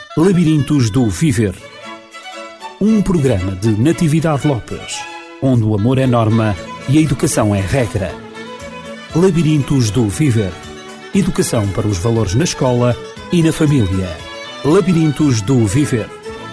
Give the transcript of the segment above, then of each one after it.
Labirintos do Viver. Um programa de Natividade Lopes, onde o amor é norma e a educação é regra. Labirintos do Viver. Educação para os valores na escola e na família. Labirintos do Viver.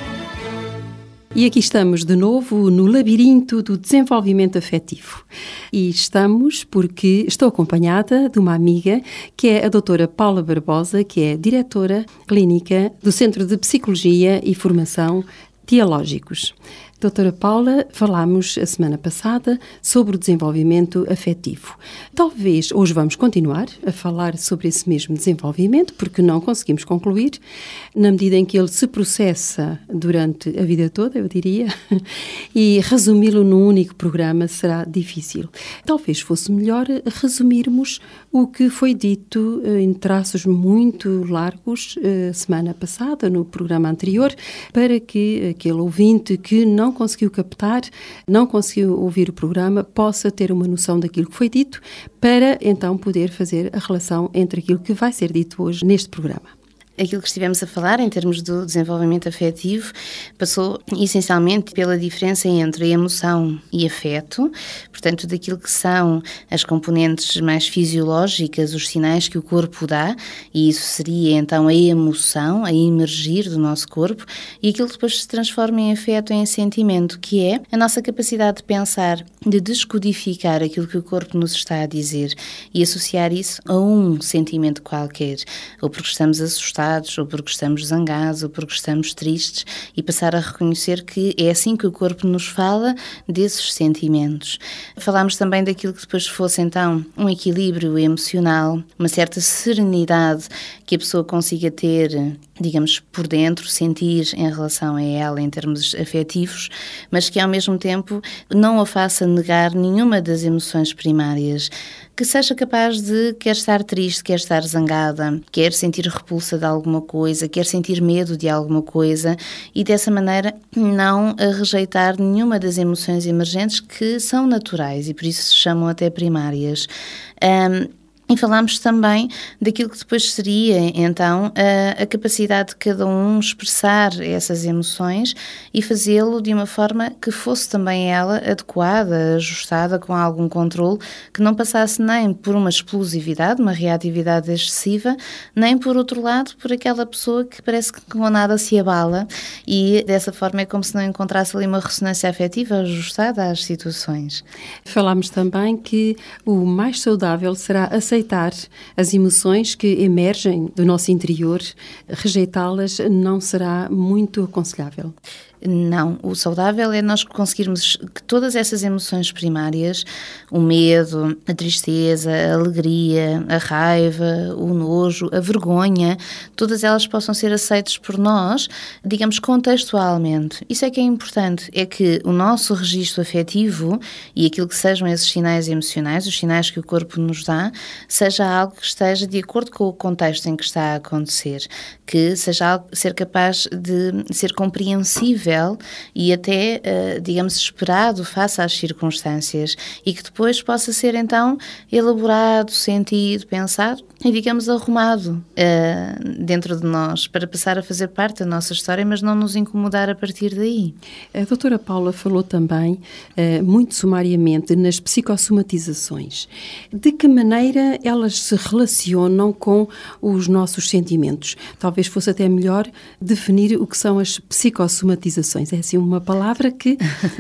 E aqui estamos de novo no labirinto do desenvolvimento afetivo. E estamos porque estou acompanhada de uma amiga que é a doutora Paula Barbosa, que é diretora clínica do Centro de Psicologia e Formação Dialógicos. Doutora Paula, falámos a semana passada sobre o desenvolvimento afetivo. Talvez hoje vamos continuar a falar sobre esse mesmo desenvolvimento, porque não conseguimos concluir, na medida em que ele se processa durante a vida toda, eu diria, e resumi-lo num único programa será difícil. Talvez fosse melhor resumirmos o que foi dito em traços muito largos semana passada, no programa anterior, para que aquele ouvinte que não conseguiu captar, não conseguiu ouvir o programa, possa ter uma noção daquilo que foi dito, para então poder fazer a relação entre aquilo que vai ser dito hoje neste programa. Aquilo que estivemos a falar em termos do desenvolvimento afetivo passou essencialmente pela diferença entre emoção e afeto, portanto, daquilo que são as componentes mais fisiológicas, os sinais que o corpo dá, e isso seria então a emoção a emergir do nosso corpo, e aquilo que depois se transforma em afeto, em sentimento, que é a nossa capacidade de pensar, de descodificar aquilo que o corpo nos está a dizer e associar isso a um sentimento qualquer, ou porque estamos assustados, ou porque estamos zangados, ou porque estamos tristes, e passar a reconhecer que é assim que o corpo nos fala desses sentimentos. Falámos também daquilo que depois fosse então um equilíbrio emocional, uma certa serenidade que a pessoa consiga ter, digamos, por dentro, sentir em relação a ela em termos afetivos, mas que ao mesmo tempo não a faça negar nenhuma das emoções primárias, que seja capaz de quer estar triste, quer estar zangada, quer sentir repulsa de alguma coisa, quer sentir medo de alguma coisa, e dessa maneira não a rejeitar nenhuma das emoções emergentes que são naturais e por isso se chamam até primárias. E falámos também daquilo que depois seria, então, a capacidade de cada um expressar essas emoções e fazê-lo de uma forma que fosse também ela adequada, ajustada, com algum controle, que não passasse nem por uma explosividade, uma reatividade excessiva, nem, por outro lado, por aquela pessoa que parece que com nada se abala, e dessa forma é como se não encontrasse ali uma ressonância afetiva ajustada às situações. Falámos também que o mais saudável será aceitar as emoções que emergem do nosso interior. Rejeitá-las não será muito aconselhável. Não, o saudável é nós conseguirmos que todas essas emoções primárias, o medo, a tristeza, a alegria, a raiva, o nojo, a vergonha, todas elas possam ser aceitas por nós, digamos, contextualmente. Isso é que é importante, é que o nosso registro afetivo e aquilo que sejam esses sinais emocionais, os sinais que o corpo nos dá, seja algo que esteja de acordo com o contexto em que está a acontecer, que seja algo ser capaz de ser compreensível e até, digamos, esperado face às circunstâncias, e que depois possa ser então elaborado, sentido, pensado e, digamos, arrumado dentro de nós para passar a fazer parte da nossa história, mas não nos incomodar a partir daí. A doutora Paula falou também, muito sumariamente, nas psicossomatizações. De que maneira elas se relacionam com os nossos sentimentos? Talvez fosse até melhor definir o que são as psicossomatizações. É assim uma palavra que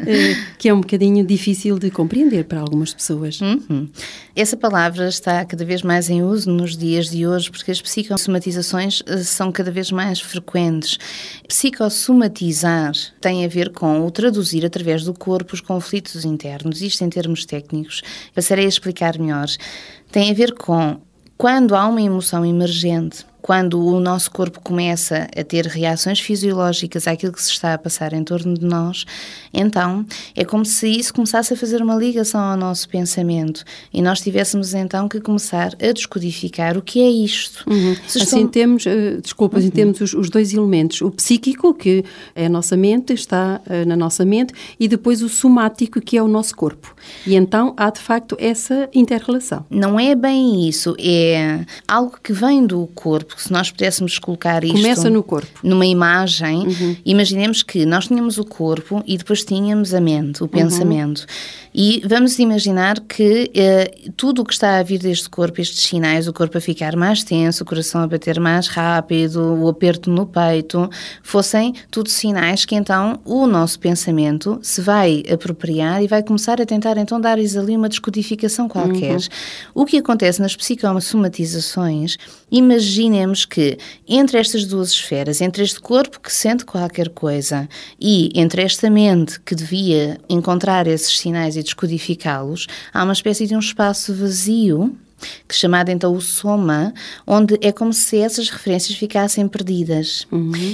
é um bocadinho difícil de compreender para algumas pessoas. Essa palavra está cada vez mais em uso nos dias de hoje, porque as psicossomatizações são cada vez mais frequentes. Psicossomatizar tem a ver com o traduzir através do corpo os conflitos internos. Isto em termos técnicos, passarei a explicar melhor. Tem a ver com quando há uma emoção emergente, quando o nosso corpo começa a ter reações fisiológicas àquilo que se está a passar em torno de nós, então é como se isso começasse a fazer uma ligação ao nosso pensamento e nós tivéssemos então que começar a descodificar o que é isto. Assim temos, assim temos os dois elementos, o psíquico, que é a nossa mente, está na nossa mente, e depois o somático, que é o nosso corpo. E então há de facto essa inter-relação. Não é bem isso, é algo que vem do corpo, porque se nós pudéssemos colocar isto... Começa no corpo. Numa imagem, imaginemos que nós tínhamos o corpo e depois tínhamos a mente, o pensamento. E vamos imaginar que tudo o que está a vir deste corpo, estes sinais, o corpo a ficar mais tenso, o coração a bater mais rápido, o aperto no peito, fossem tudo sinais que então o nosso pensamento se vai apropriar e vai começar a tentar então dar-lhes ali uma descodificação qualquer. O que acontece nas psicossomatizações, imaginemos que entre estas duas esferas, entre este corpo que sente qualquer coisa e entre esta mente que devia encontrar esses sinais e descodificá-los, há uma espécie de um espaço vazio, que é chamado então o soma, onde é como se essas referências ficassem perdidas.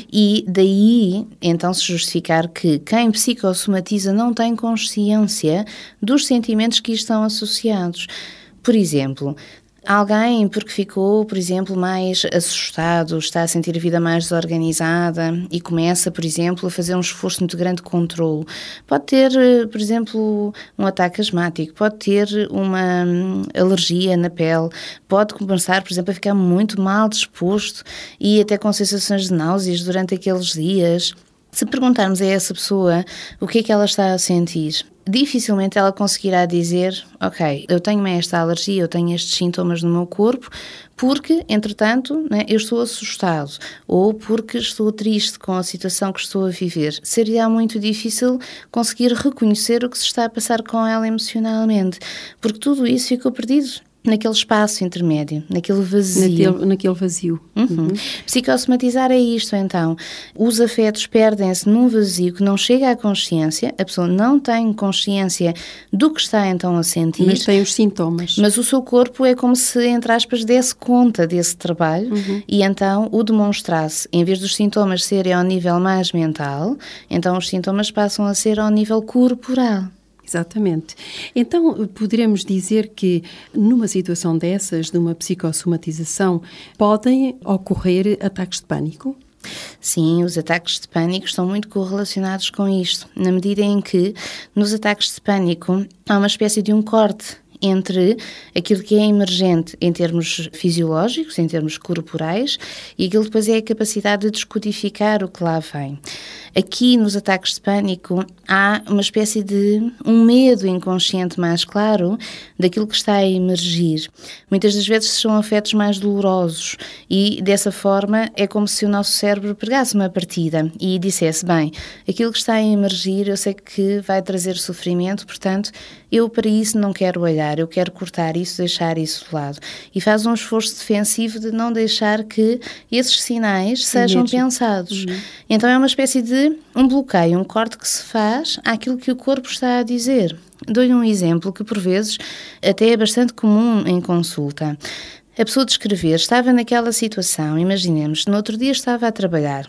E daí então se justificar que quem psicossomatiza não tem consciência dos sentimentos que estão associados. Por exemplo, alguém porque ficou, por exemplo, mais assustado, está a sentir a vida mais desorganizada e começa, por exemplo, a fazer um esforço muito grande de controle. Pode ter, por exemplo, um ataque asmático, pode ter uma alergia na pele, pode começar, por exemplo, a ficar muito mal disposto e até com sensações de náuseas durante aqueles dias. Se perguntarmos a essa pessoa o que é que ela está a sentir, dificilmente ela conseguirá dizer, ok, eu tenho esta alergia, eu tenho estes sintomas no meu corpo, porque, entretanto, né, eu estou assustado, ou porque estou triste com a situação que estou a viver. Seria muito difícil conseguir reconhecer o que se está a passar com ela emocionalmente, porque tudo isso ficou perdido naquele espaço intermédio, naquele vazio. Naquele vazio. Psicossomatizar é isto, então. Os afetos perdem-se num vazio que não chega à consciência, a pessoa não tem consciência do que está então a sentir. Mas tem os sintomas. Mas o seu corpo é como se, entre aspas, desse conta desse trabalho e então o demonstrasse. Em vez dos sintomas serem ao nível mais mental, então os sintomas passam a ser ao nível corporal. Exatamente. Então, poderemos dizer que numa situação dessas, de uma psicossomatização, podem ocorrer ataques de pânico? Sim, os ataques de pânico estão muito correlacionados com isto, na medida em que nos ataques de pânico há uma espécie de um corte entre aquilo que é emergente em termos fisiológicos, em termos corporais, e aquilo depois é a capacidade de descodificar o que lá vem. Aqui, nos ataques de pânico, há uma espécie de um medo inconsciente mais claro daquilo que está a emergir. Muitas das vezes são afetos mais dolorosos e, dessa forma, é como se o nosso cérebro pregasse uma partida e dissesse, bem, aquilo que está a emergir eu sei que vai trazer sofrimento, portanto, eu para isso não quero olhar, eu quero cortar isso, deixar isso de lado. E faz um esforço defensivo de não deixar que esses sinais sejam pensados. Então é uma espécie de um bloqueio, um corte que se faz àquilo que o corpo está a dizer. Dou-lhe um exemplo que por vezes até é bastante comum em consulta. A pessoa descrever, estava naquela situação, imaginemos, no outro dia estava a trabalhar,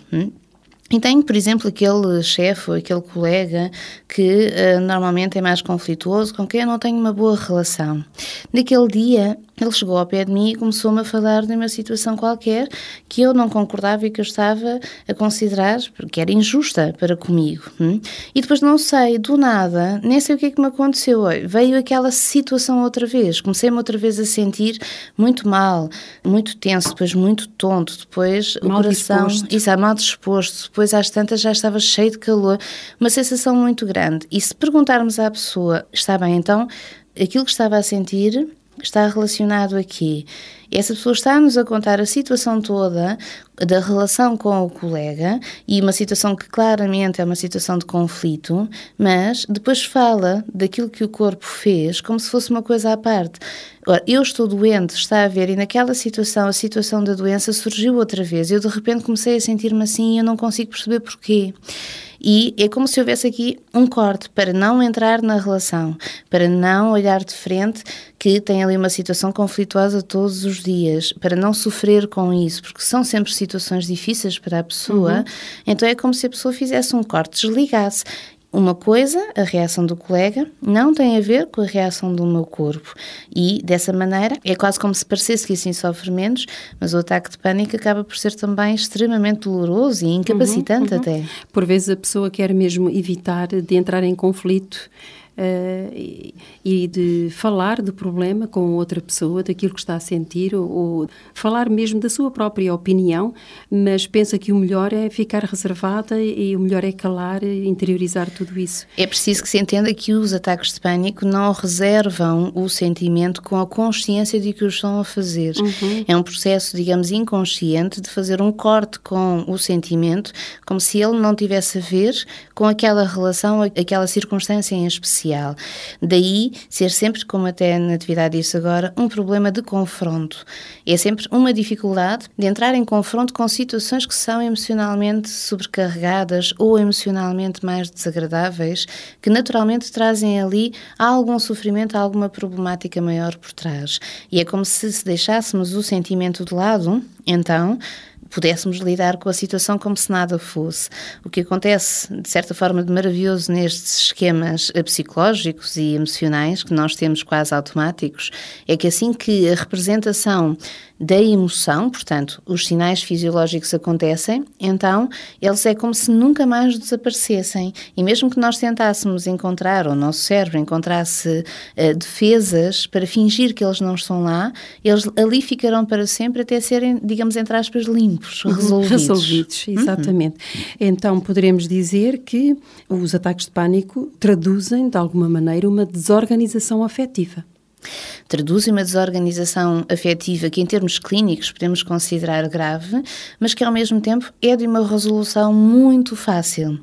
e tem, por exemplo, aquele chefe ou aquele colega que normalmente é mais conflituoso, com quem eu não tenho uma boa relação. Naquele dia, ele chegou ao pé de mim e começou-me a falar de uma situação qualquer que eu não concordava e que eu estava a considerar que era injusta para comigo. E depois não sei, do nada, nem sei o que é que me aconteceu. Veio aquela situação outra vez. Comecei-me outra vez a sentir muito mal, muito tenso, depois muito tonto, depois o coração... mal disposto. Depois às tantas já estava cheio de calor, uma sensação muito grande. E se perguntarmos à pessoa, está bem, então, aquilo que estava a sentir está relacionado aqui. Essa pessoa está-nos a contar a situação toda da relação com o colega e uma situação que claramente é uma situação de conflito, mas depois fala daquilo que o corpo fez como se fosse uma coisa à parte. Ora, eu estou doente, está a ver, e naquela situação, a situação da doença surgiu outra vez. Eu de repente comecei a sentir-me assim e eu não consigo perceber porquê. E é como se houvesse aqui um corte para não entrar na relação, para não olhar de frente que tem ali uma situação conflituosa todos os dias, para não sofrer com isso, porque são sempre situações difíceis para a pessoa. Então é como se a pessoa fizesse um corte, desligasse. Uma coisa, a reação do colega, não tem a ver com a reação do meu corpo. E, dessa maneira, é quase como se parecesse que assim sofre menos, mas o ataque de pânico acaba por ser também extremamente doloroso e incapacitante até. Por vezes a pessoa quer mesmo evitar de entrar em conflito e de falar do problema com outra pessoa, daquilo que está a sentir, ou falar mesmo da sua própria opinião, mas pensa que o melhor é ficar reservada e o melhor é calar e interiorizar tudo isso. É preciso que se entenda que os ataques de pânico não reservam o sentimento com a consciência de que o estão a fazer. É um processo, digamos, inconsciente de fazer um corte com o sentimento, como se ele não tivesse a ver com aquela relação, aquela circunstância em especial. Daí ser sempre, como até na atividade disse agora, um problema de confronto. É sempre uma dificuldade de entrar em confronto com situações que são emocionalmente sobrecarregadas ou emocionalmente mais desagradáveis, que naturalmente trazem ali algum sofrimento, alguma problemática maior por trás. E é como se deixássemos o sentimento de lado, então pudéssemos lidar com a situação como se nada fosse. O que acontece, de certa forma, de maravilhoso nestes esquemas psicológicos e emocionais que nós temos quase automáticos, é que assim que a representação da emoção, portanto, os sinais fisiológicos acontecem, então eles é como se nunca mais desaparecessem. E mesmo que nós tentássemos encontrar, ou o nosso cérebro encontrasse defesas para fingir que eles não estão lá, eles ali ficarão para sempre até serem, digamos, entre aspas, limpos, resolvidos, exatamente. Então, poderemos dizer que os ataques de pânico traduzem, de alguma maneira, uma desorganização afetiva. Traduzem uma desorganização afetiva que, em termos clínicos, podemos considerar grave, mas que, ao mesmo tempo, é de uma resolução muito fácil.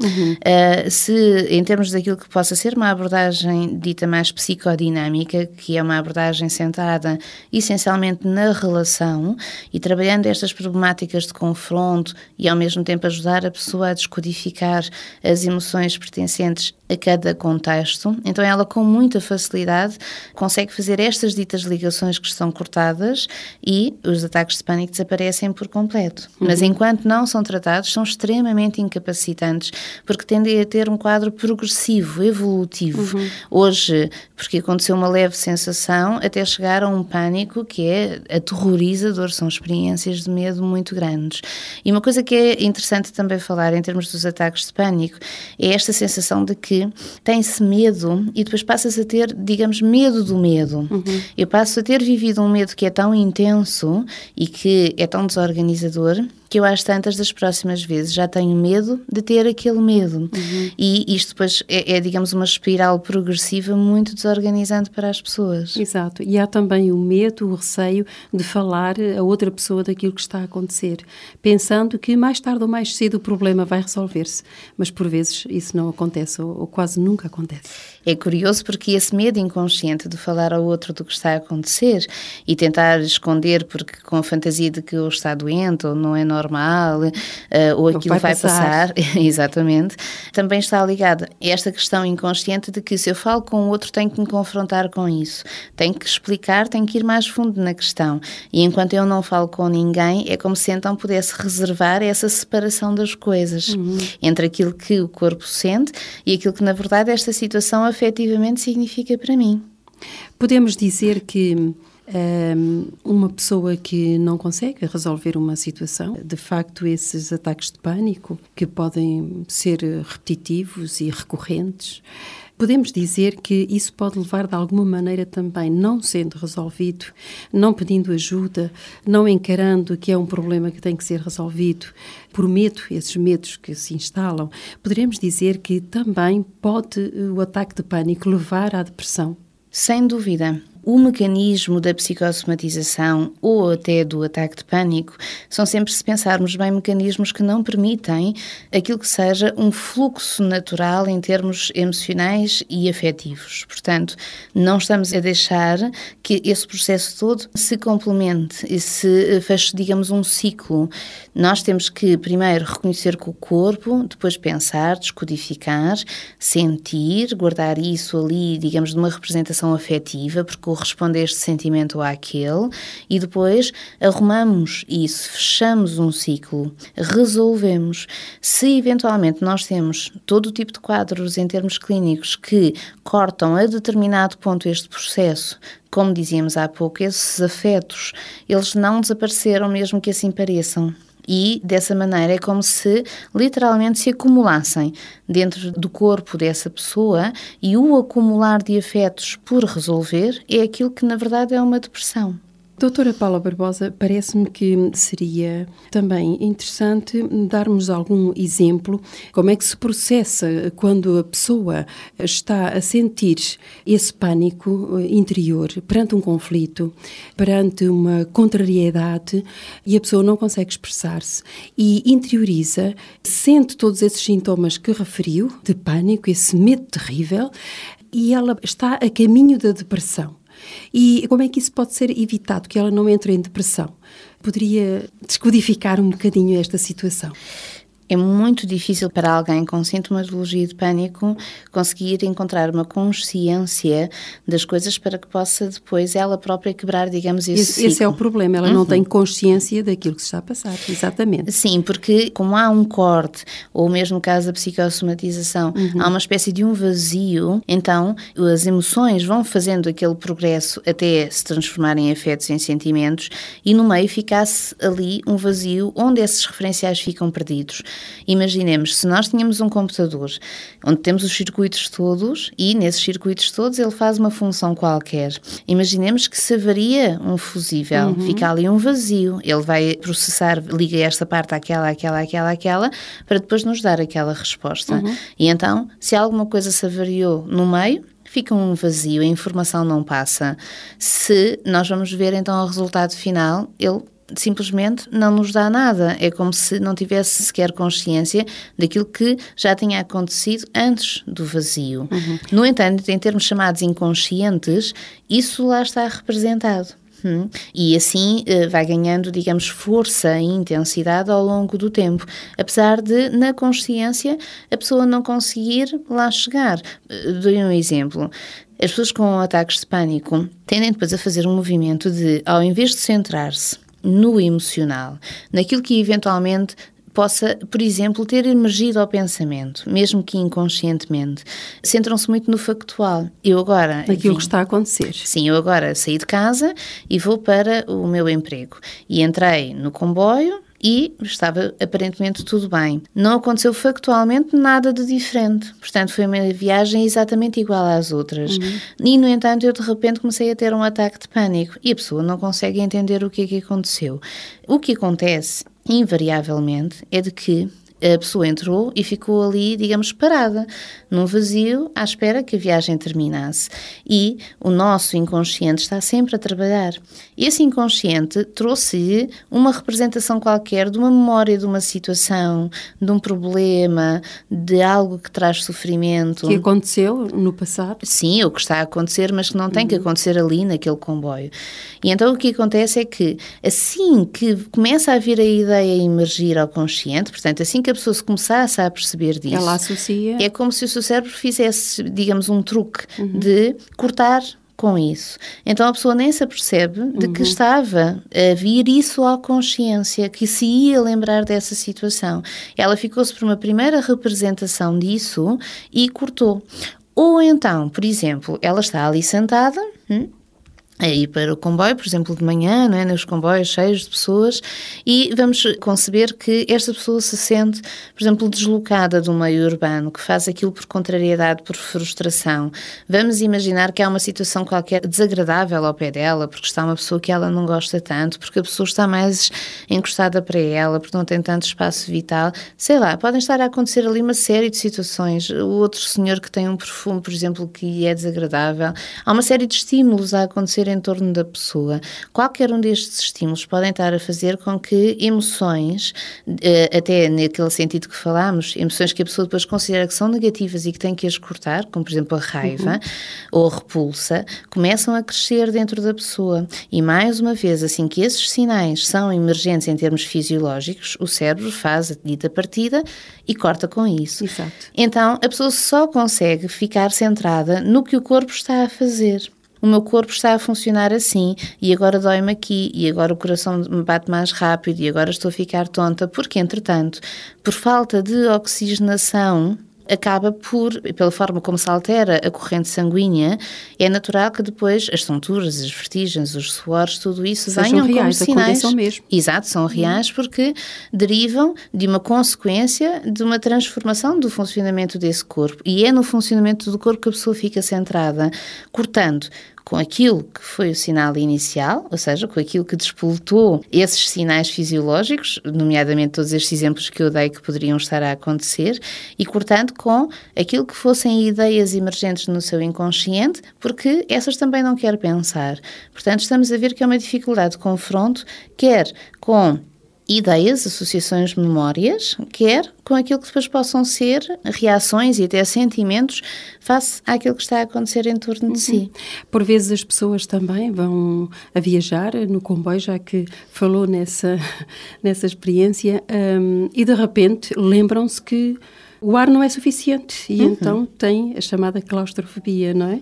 Se, em termos daquilo que possa ser uma abordagem dita mais psicodinâmica, que é uma abordagem centrada essencialmente na relação e trabalhando estas problemáticas de confronto e, ao mesmo tempo, ajudar a pessoa a descodificar as emoções pertencentes a cada contexto, então ela, com muita facilidade, consegue fazer estas ditas ligações que estão cortadas e os ataques de pânico desaparecem por completo. Mas enquanto não são tratados, são extremamente incapacitantes, porque tendem a ter um quadro progressivo, evolutivo. Hoje, porque aconteceu uma leve sensação, até chegar a um pânico que é aterrorizador, são experiências de medo muito grandes. E uma coisa que é interessante também falar em termos dos ataques de pânico é esta sensação de que tem-se medo e depois passa-se a ter, digamos, medo do medo. Eu passo a ter vivido um medo que é tão intenso e que é tão desorganizador que eu, às tantas das próximas vezes, já tenho medo de ter aquele medo. E isto depois é, digamos, uma espiral progressiva muito desorganizante para as pessoas. Exato. E há também o medo, o receio de falar a outra pessoa daquilo que está a acontecer, pensando que mais tarde ou mais cedo o problema vai resolver-se. Mas, por vezes, isso não acontece ou quase nunca acontece. É curioso porque esse medo inconsciente de falar ao outro do que está a acontecer e tentar esconder porque com a fantasia de que ou está doente ou não é normal ou aquilo vai passar, exatamente, também está ligado a esta questão inconsciente de que se eu falo com o outro tenho que me confrontar com isso, tenho que explicar, tenho que ir mais fundo na questão e enquanto eu não falo com ninguém é como se então pudesse reservar essa separação das coisas entre aquilo que o corpo sente e aquilo que na verdade esta situação afetivamente significa para mim. Podemos dizer que uma pessoa que não consegue resolver uma situação, de facto esses ataques de pânico, que podem ser repetitivos e recorrentes, podemos dizer que isso pode levar de alguma maneira também, não sendo resolvido, não pedindo ajuda, não encarando que é um problema que tem que ser resolvido, por medo, esses medos que se instalam, poderemos dizer que também pode o ataque de pânico levar à depressão. Sem dúvida. O mecanismo da psicossomatização ou até do ataque de pânico são sempre, se pensarmos bem, mecanismos que não permitem aquilo que seja um fluxo natural em termos emocionais e afetivos. Portanto, não estamos a deixar que esse processo todo se complemente e se feche, digamos, um ciclo. Nós temos que primeiro reconhecer com o corpo, depois pensar, descodificar, sentir, guardar isso ali, digamos, de uma representação afetiva, porque corresponde a este sentimento ou àquele, e depois arrumamos isso, fechamos um ciclo, resolvemos. Se eventualmente nós temos todo o tipo de quadros em termos clínicos que cortam a determinado ponto este processo, como dizíamos há pouco, esses afetos, eles não desapareceram mesmo que assim pareçam. e dessa maneira é como se literalmente se acumulassem dentro do corpo dessa pessoa, e o acumular de afetos por resolver é aquilo que na verdade é uma depressão. Doutora Paula Barbosa, parece-me que seria também interessante darmos algum exemplo, como é que se processa quando a pessoa está a sentir esse pânico interior perante um conflito, perante uma contrariedade, e a pessoa não consegue expressar-se e interioriza, sente todos esses sintomas que referiu, de pânico, esse medo terrível, e ela está a caminho da depressão. E como é que isso pode ser evitado, que ela não entre em depressão? Poderia descodificar um bocadinho esta situação? É muito difícil para alguém com sintomatologia de pânico conseguir encontrar uma consciência das coisas para que possa depois ela própria quebrar, digamos, esse ciclo. Esse é o problema, ela não tem consciência daquilo que se está a passar, exatamente. Sim, porque como há um corte, ou mesmo no caso da psicossomatização, há uma espécie de um vazio, então as emoções vão fazendo aquele progresso até se transformarem em afetos, em sentimentos, e no meio ficasse ali um vazio onde esses referenciais ficam perdidos. Imaginemos, se nós tínhamos um computador onde temos os circuitos todos e nesses circuitos todos ele faz uma função qualquer. Imaginemos que se avaria um fusível, fica ali um vazio, ele vai processar, liga esta parte àquela, para depois nos dar aquela resposta. E então, se alguma coisa se avariou no meio, fica um vazio, a informação não passa. Se nós vamos ver então o resultado final, ele simplesmente não nos dá nada. É como se não tivesse sequer consciência daquilo que já tinha acontecido antes do vazio. No entanto, em termos chamados inconscientes, isso lá está representado. E assim vai ganhando, digamos, força e intensidade ao longo do tempo, apesar de, na consciência, a pessoa não conseguir lá chegar. Dou um exemplo. As pessoas com ataques de pânico tendem depois a fazer um movimento de, ao invés de centrar-se no emocional, naquilo que eventualmente possa, por exemplo, ter emergido ao pensamento, mesmo que inconscientemente, centram-se muito no factual. Eu agora... Naquilo que está a acontecer. Sim, eu agora saí de casa e vou para o meu emprego. E entrei no comboio e estava aparentemente tudo bem. Não aconteceu factualmente nada de diferente. Portanto, foi uma viagem exatamente igual às outras. E, no entanto, eu de repente comecei a ter um ataque de pânico e a pessoa não consegue entender o que é que aconteceu. O que acontece, invariavelmente, é de que a pessoa entrou e ficou ali, digamos, parada, num vazio, à espera que a viagem terminasse. E o nosso inconsciente está sempre a trabalhar. Esse inconsciente trouxe-lhe uma representação qualquer de uma memória de uma situação, de um problema, de algo que traz sofrimento. Que aconteceu no passado? Sim, o que está a acontecer, mas que não tem que acontecer ali naquele comboio. E então o que acontece é que, assim que começa a vir a ideia a emergir ao consciente, portanto, assim que a pessoa se começasse a perceber disso, ela associa. É como se o seu cérebro fizesse, digamos, um truque de cortar com isso. Então a pessoa nem se apercebe de que estava a vir isso à consciência, que se ia lembrar dessa situação. Ela ficou-se por uma primeira representação disso e cortou. Ou então, por exemplo, ela está ali sentada, a ir para o comboio, por exemplo, de manhã, não é? Nos comboios cheios de pessoas, e vamos conceber que esta pessoa se sente, por exemplo, deslocada do meio urbano, que faz aquilo por contrariedade, por frustração. Vamos imaginar que há uma situação qualquer desagradável ao pé dela, porque está uma pessoa que ela não gosta tanto, porque a pessoa está mais encostada para ela, porque não tem tanto espaço vital. Sei lá, podem estar a acontecer ali uma série de situações. O outro senhor que tem um perfume, por exemplo, que é desagradável. Há uma série de estímulos a acontecer em torno da pessoa. Qualquer um destes estímulos podem estar a fazer com que emoções, até naquele sentido que falámos, emoções que a pessoa depois considera que são negativas e que tem que as cortar, como por exemplo a raiva ou a repulsa, começam a crescer dentro da pessoa. E mais uma vez, assim que esses sinais são emergentes em termos fisiológicos, o cérebro faz a dita partida e corta com isso. Exato. Então a pessoa só consegue ficar centrada no que o corpo está a fazer. O meu corpo está a funcionar assim, e agora dói-me aqui, e agora o coração me bate mais rápido, e agora estou a ficar tonta, porque, entretanto, por falta de oxigenação, acaba pela forma como se altera a corrente sanguínea, é natural que depois as tonturas, as vertigens, os suores, tudo isso venham como sinais. Mesmo. Exato, são reais porque derivam de uma consequência de uma transformação do funcionamento desse corpo. E é no funcionamento do corpo que a pessoa fica centrada, cortando com aquilo que foi o sinal inicial, ou seja, com aquilo que despoletou esses sinais fisiológicos, nomeadamente todos estes exemplos que eu dei que poderiam estar a acontecer, e cortando com aquilo que fossem ideias emergentes no seu inconsciente, porque essas também não quer pensar. Portanto, estamos a ver que é uma dificuldade de confronto, quer com ideias, associações, memórias, quer com aquilo que depois possam ser reações e até sentimentos face àquilo que está a acontecer em torno de si. Por vezes as pessoas também vão a viajar no comboio, já que falou nessa experiência, e de repente lembram-se que o ar não é suficiente e então tem a chamada claustrofobia, não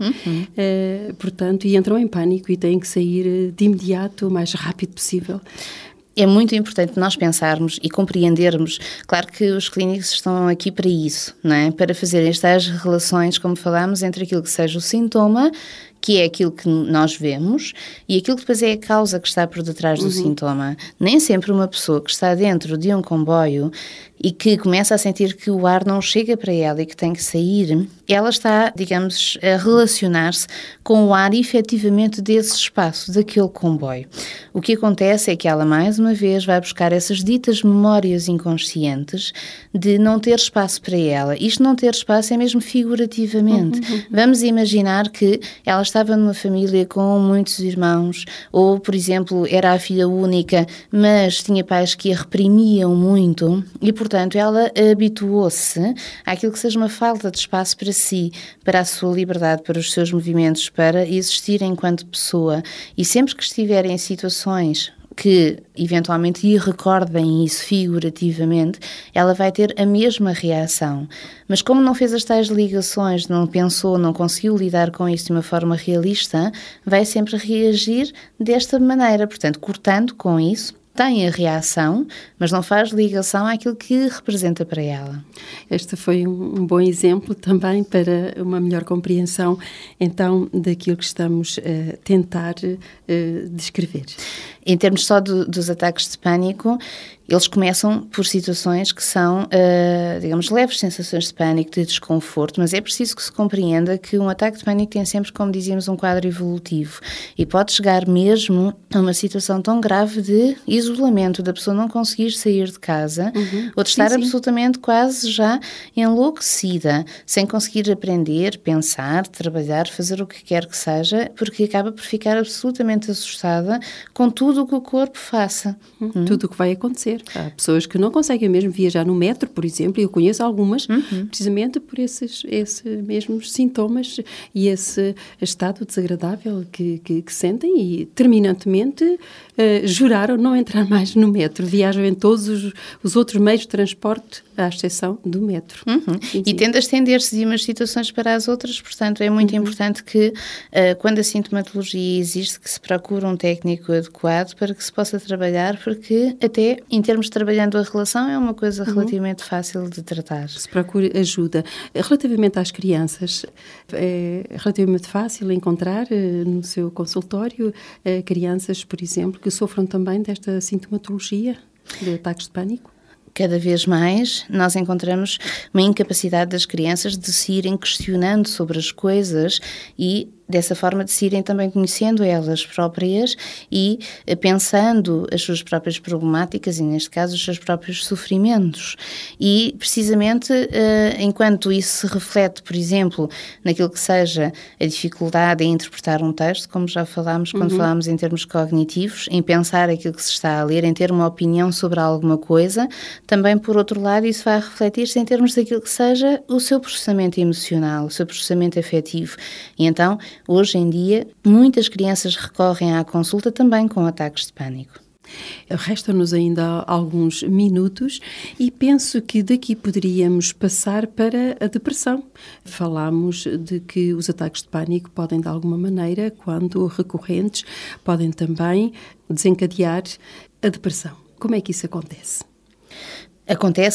é? Portanto, e entram em pânico e têm que sair de imediato, o mais rápido possível. É muito importante nós pensarmos e compreendermos, claro que os clínicos estão aqui para isso, não é? Para fazerem estas relações, como falámos, entre aquilo que seja o sintoma, que é aquilo que nós vemos, e aquilo que depois é a causa que está por detrás do sintoma. Nem sempre uma pessoa que está dentro de um comboio e que começa a sentir que o ar não chega para ela e que tem que sair, ela está, digamos, a relacionar-se com o ar efetivamente desse espaço, daquele comboio. O que acontece é que ela, mais uma vez, vai buscar essas ditas memórias inconscientes de não ter espaço para ela. Isto não ter espaço é mesmo figurativamente. Vamos imaginar que ela estava numa família com muitos irmãos, ou, por exemplo, era a filha única, mas tinha pais que a reprimiam muito e, portanto, ela habituou-se àquilo que seja uma falta de espaço para si, para a sua liberdade, para os seus movimentos, para existir enquanto pessoa. E sempre que estiver em situações que eventualmente lhe recordem isso figurativamente, ela vai ter a mesma reação. Mas como não fez as tais ligações, não pensou, não conseguiu lidar com isso de uma forma realista, vai sempre reagir desta maneira, portanto, cortando com isso, tem a reação, mas não faz ligação àquilo que representa para ela. Este foi um bom exemplo também para uma melhor compreensão, então, daquilo que estamos a tentar descrever. Em termos só dos ataques de pânico, eles começam por situações que são, digamos, leves sensações de pânico, de desconforto, mas é preciso que se compreenda que um ataque de pânico tem sempre, como dizíamos, um quadro evolutivo e pode chegar mesmo a uma situação tão grave de isolamento, da pessoa não conseguir sair de casa ou de estar absolutamente quase já enlouquecida, sem conseguir aprender, pensar, trabalhar, fazer o que quer que seja, porque acaba por ficar absolutamente assustada com tudo o que o corpo faça. Tudo o que vai acontecer. Há pessoas que não conseguem mesmo viajar no metro, por exemplo, e eu conheço algumas, precisamente por esses mesmos sintomas e esse estado desagradável que sentem e, terminantemente, juraram não entrar mais no metro. Viajam em todos os outros meios de transporte, à exceção do metro. E tende a estender-se de umas situações para as outras, portanto, é muito importante que, quando a sintomatologia existe, que se procure um técnico adequado para que se possa trabalhar, porque até em termos de trabalhando a relação é uma coisa relativamente fácil de tratar. Se procure ajuda. Relativamente às crianças, é relativamente fácil encontrar no seu consultório crianças, por exemplo, que sofram também desta sintomatologia de ataques de pânico? Cada vez mais nós encontramos uma incapacidade das crianças de se irem questionando sobre as coisas e dessa forma de se irem também conhecendo elas próprias e pensando as suas próprias problemáticas e, neste caso, os seus próprios sofrimentos. E, precisamente, enquanto isso se reflete, por exemplo, naquilo que seja a dificuldade em interpretar um texto, como já falámos quando falámos em termos cognitivos, em pensar aquilo que se está a ler, em ter uma opinião sobre alguma coisa, também, por outro lado, isso vai refletir-se em termos daquilo que seja o seu processamento emocional, o seu processamento afetivo. E, então, hoje em dia, muitas crianças recorrem à consulta também com ataques de pânico. Restam-nos ainda alguns minutos e penso que daqui poderíamos passar para a depressão. Falámos de que os ataques de pânico podem, de alguma maneira, quando recorrentes, podem também desencadear a depressão. Como é que isso acontece? Acontece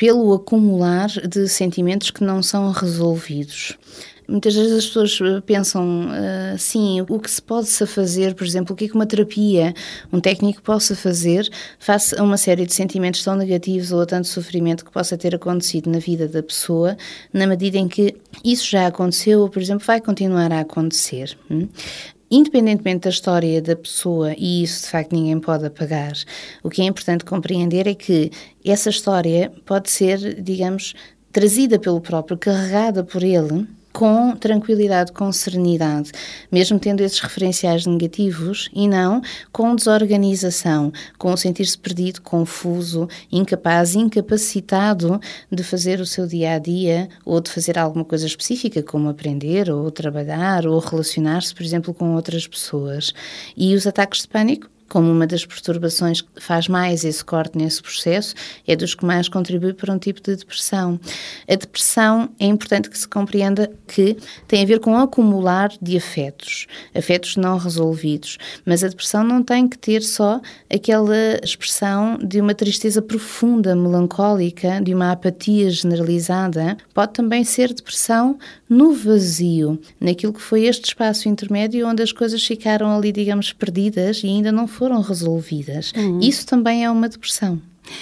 pelo acumular de sentimentos que não são resolvidos. Muitas vezes as pessoas pensam, sim, o que se pode-se fazer, por exemplo, o que é que uma terapia, um técnico possa fazer face a uma série de sentimentos tão negativos ou a tanto sofrimento que possa ter acontecido na vida da pessoa, na medida em que isso já aconteceu ou, por exemplo, vai continuar a acontecer. Independentemente da história da pessoa, e isso de facto ninguém pode apagar, o que é importante compreender é que essa história pode ser, digamos, trazida pelo próprio, carregada por ele, com tranquilidade, com serenidade, mesmo tendo esses referenciais negativos e não com desorganização, com sentir-se perdido, confuso, incapaz, incapacitado de fazer o seu dia-a-dia ou de fazer alguma coisa específica, como aprender ou trabalhar ou relacionar-se, por exemplo, com outras pessoas. E os ataques de pânico, como uma das perturbações que faz mais esse corte nesse processo, é dos que mais contribui para um tipo de depressão. A depressão é importante que se compreenda que tem a ver com o acumular de afetos não resolvidos, mas a depressão não tem que ter só aquela expressão de uma tristeza profunda, melancólica, de uma apatia generalizada, pode também ser depressão no vazio, naquilo que foi este espaço intermédio onde as coisas ficaram ali, digamos, perdidas e ainda não foram resolvidas. Isso também é uma depressão.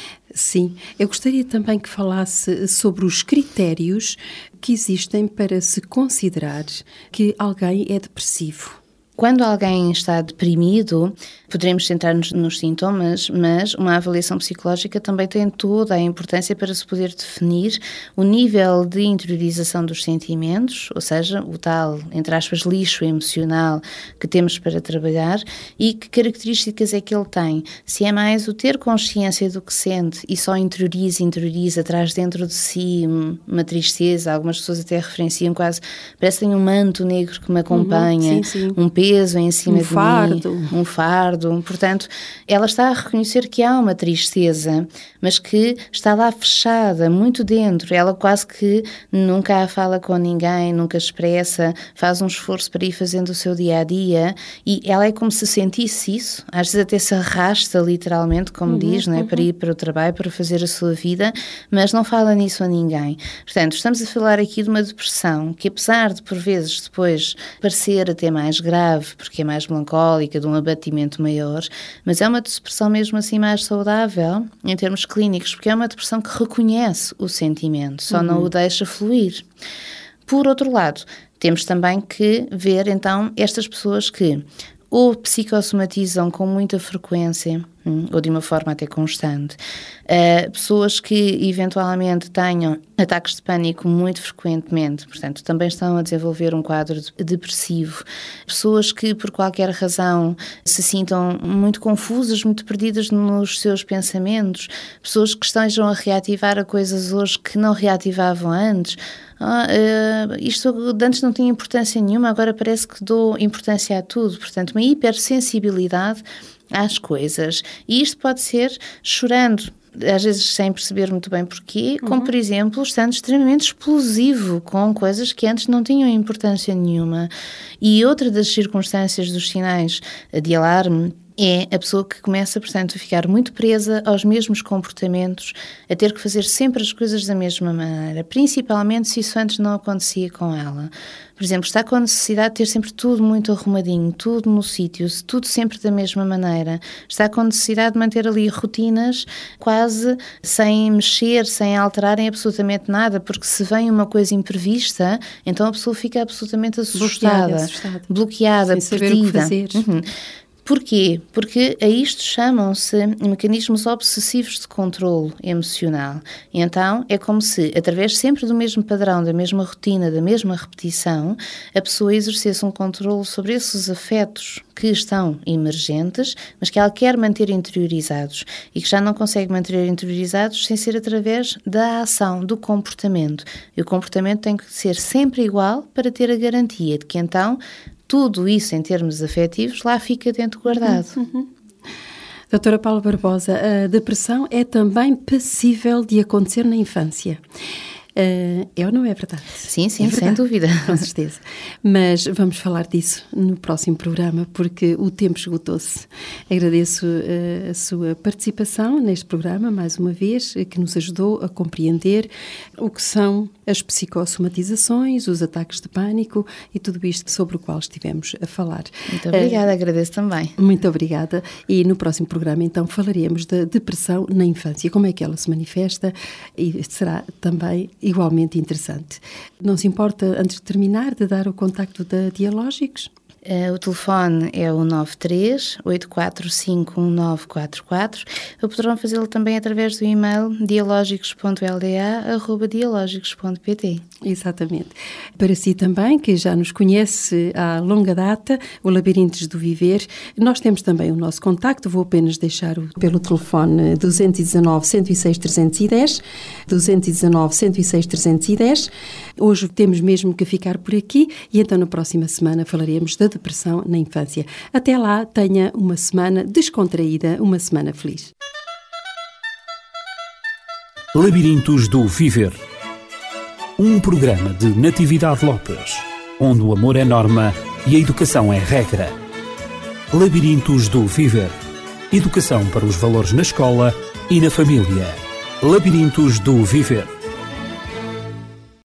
Sim, eu gostaria também que falasse sobre os critérios que existem para se considerar que alguém é depressivo. Quando alguém está deprimido, poderemos centrar-nos nos sintomas, mas uma avaliação psicológica também tem toda a importância para se poder definir o nível de interiorização dos sentimentos, ou seja, o tal, entre aspas, lixo emocional que temos para trabalhar e que características é que ele tem. Se é mais o ter consciência do que sente e só interioriza, traz dentro de si uma tristeza, algumas pessoas até referenciam quase, parece que tem um manto negro que me acompanha, sim. um peso em cima de mim, um fardo. Portanto, ela está a reconhecer que há uma tristeza, mas que está lá fechada, muito dentro. Ela quase que nunca fala com ninguém, nunca expressa, faz um esforço para ir fazendo o seu dia-a-dia e ela é como se sentisse isso, às vezes até se arrasta literalmente, como diz, não é? Para ir para o trabalho, para fazer a sua vida, mas não fala nisso a ninguém. Portanto, estamos a falar aqui de uma depressão que, apesar de por vezes depois parecer até mais grave, porque é mais melancólica, de um abatimento maior, mas é uma depressão mesmo assim mais saudável em termos clínicos, porque é uma depressão que reconhece o sentimento, só não o deixa fluir. Por outro lado, temos também que ver então estas pessoas que ou psicossomatizam com muita frequência, ou de uma forma até constante. Pessoas que eventualmente tenham ataques de pânico muito frequentemente, portanto, também estão a desenvolver um quadro depressivo. Pessoas que, por qualquer razão, se sintam muito confusas, muito perdidas nos seus pensamentos. Pessoas que estejam a reativar a coisas hoje que não reativavam antes. Isto de antes não tinha importância nenhuma, agora parece que dou importância a tudo. Portanto, uma hipersensibilidade às coisas. E isto pode ser chorando, às vezes sem perceber muito bem porquê, como por exemplo, estando extremamente explosivo com coisas que antes não tinham importância nenhuma. E outra das circunstâncias dos sinais de alarme é a pessoa que começa, portanto, a ficar muito presa aos mesmos comportamentos, a ter que fazer sempre as coisas da mesma maneira, principalmente se isso antes não acontecia com ela. Por exemplo, está com a necessidade de ter sempre tudo muito arrumadinho, tudo no sítio, tudo sempre da mesma maneira. Está com a necessidade de manter ali rotinas quase sem mexer, sem alterarem absolutamente nada, porque se vem uma coisa imprevista, então a pessoa fica absolutamente assustada, bloqueada, sem saber o que fazer. Porquê? Porque a isto chamam-se mecanismos obsessivos de controlo emocional. E então é como se, através sempre do mesmo padrão, da mesma rotina, da mesma repetição, a pessoa exercesse um controlo sobre esses afetos que estão emergentes, mas que ela quer manter interiorizados e que já não consegue manter interiorizados sem ser através da ação, do comportamento. E o comportamento tem que ser sempre igual para ter a garantia de que então tudo isso em termos afetivos lá fica dentro guardado. Doutora Paula Barbosa, a depressão é também passível de acontecer na infância. É ou não é verdade? Sim, É sem verdade, dúvida. Com certeza. Mas vamos falar disso no próximo programa, porque o tempo esgotou-se. Agradeço a sua participação neste programa, mais uma vez, que nos ajudou a compreender o que são as psicossomatizações, os ataques de pânico e tudo isto sobre o qual estivemos a falar. Muito obrigada, agradeço também. Muito obrigada. E no próximo programa, então, falaremos da depressão na infância, como é que ela se manifesta, e será também igualmente interessante. Não se importa, antes de terminar, de dar o contacto da Dialógicos? O telefone é o 93-845-1944. Poderão fazê-lo também através do e-mail dialogicos.lda@dialogicos.pt. Exatamente. Para si também, que já nos conhece há longa data, o Labirintos do Viver, nós temos também o nosso contacto, vou apenas deixar pelo telefone 219-106-310, 219-106-310. Hoje temos mesmo que ficar por aqui e então na próxima semana falaremos da depressão na infância. Até lá, tenha uma semana descontraída, uma semana feliz. Labirintos do Viver. Um programa de Natividade Lopes, onde o amor é norma e a educação é regra. Labirintos do Viver. Educação para os valores na escola e na família. Labirintos do Viver.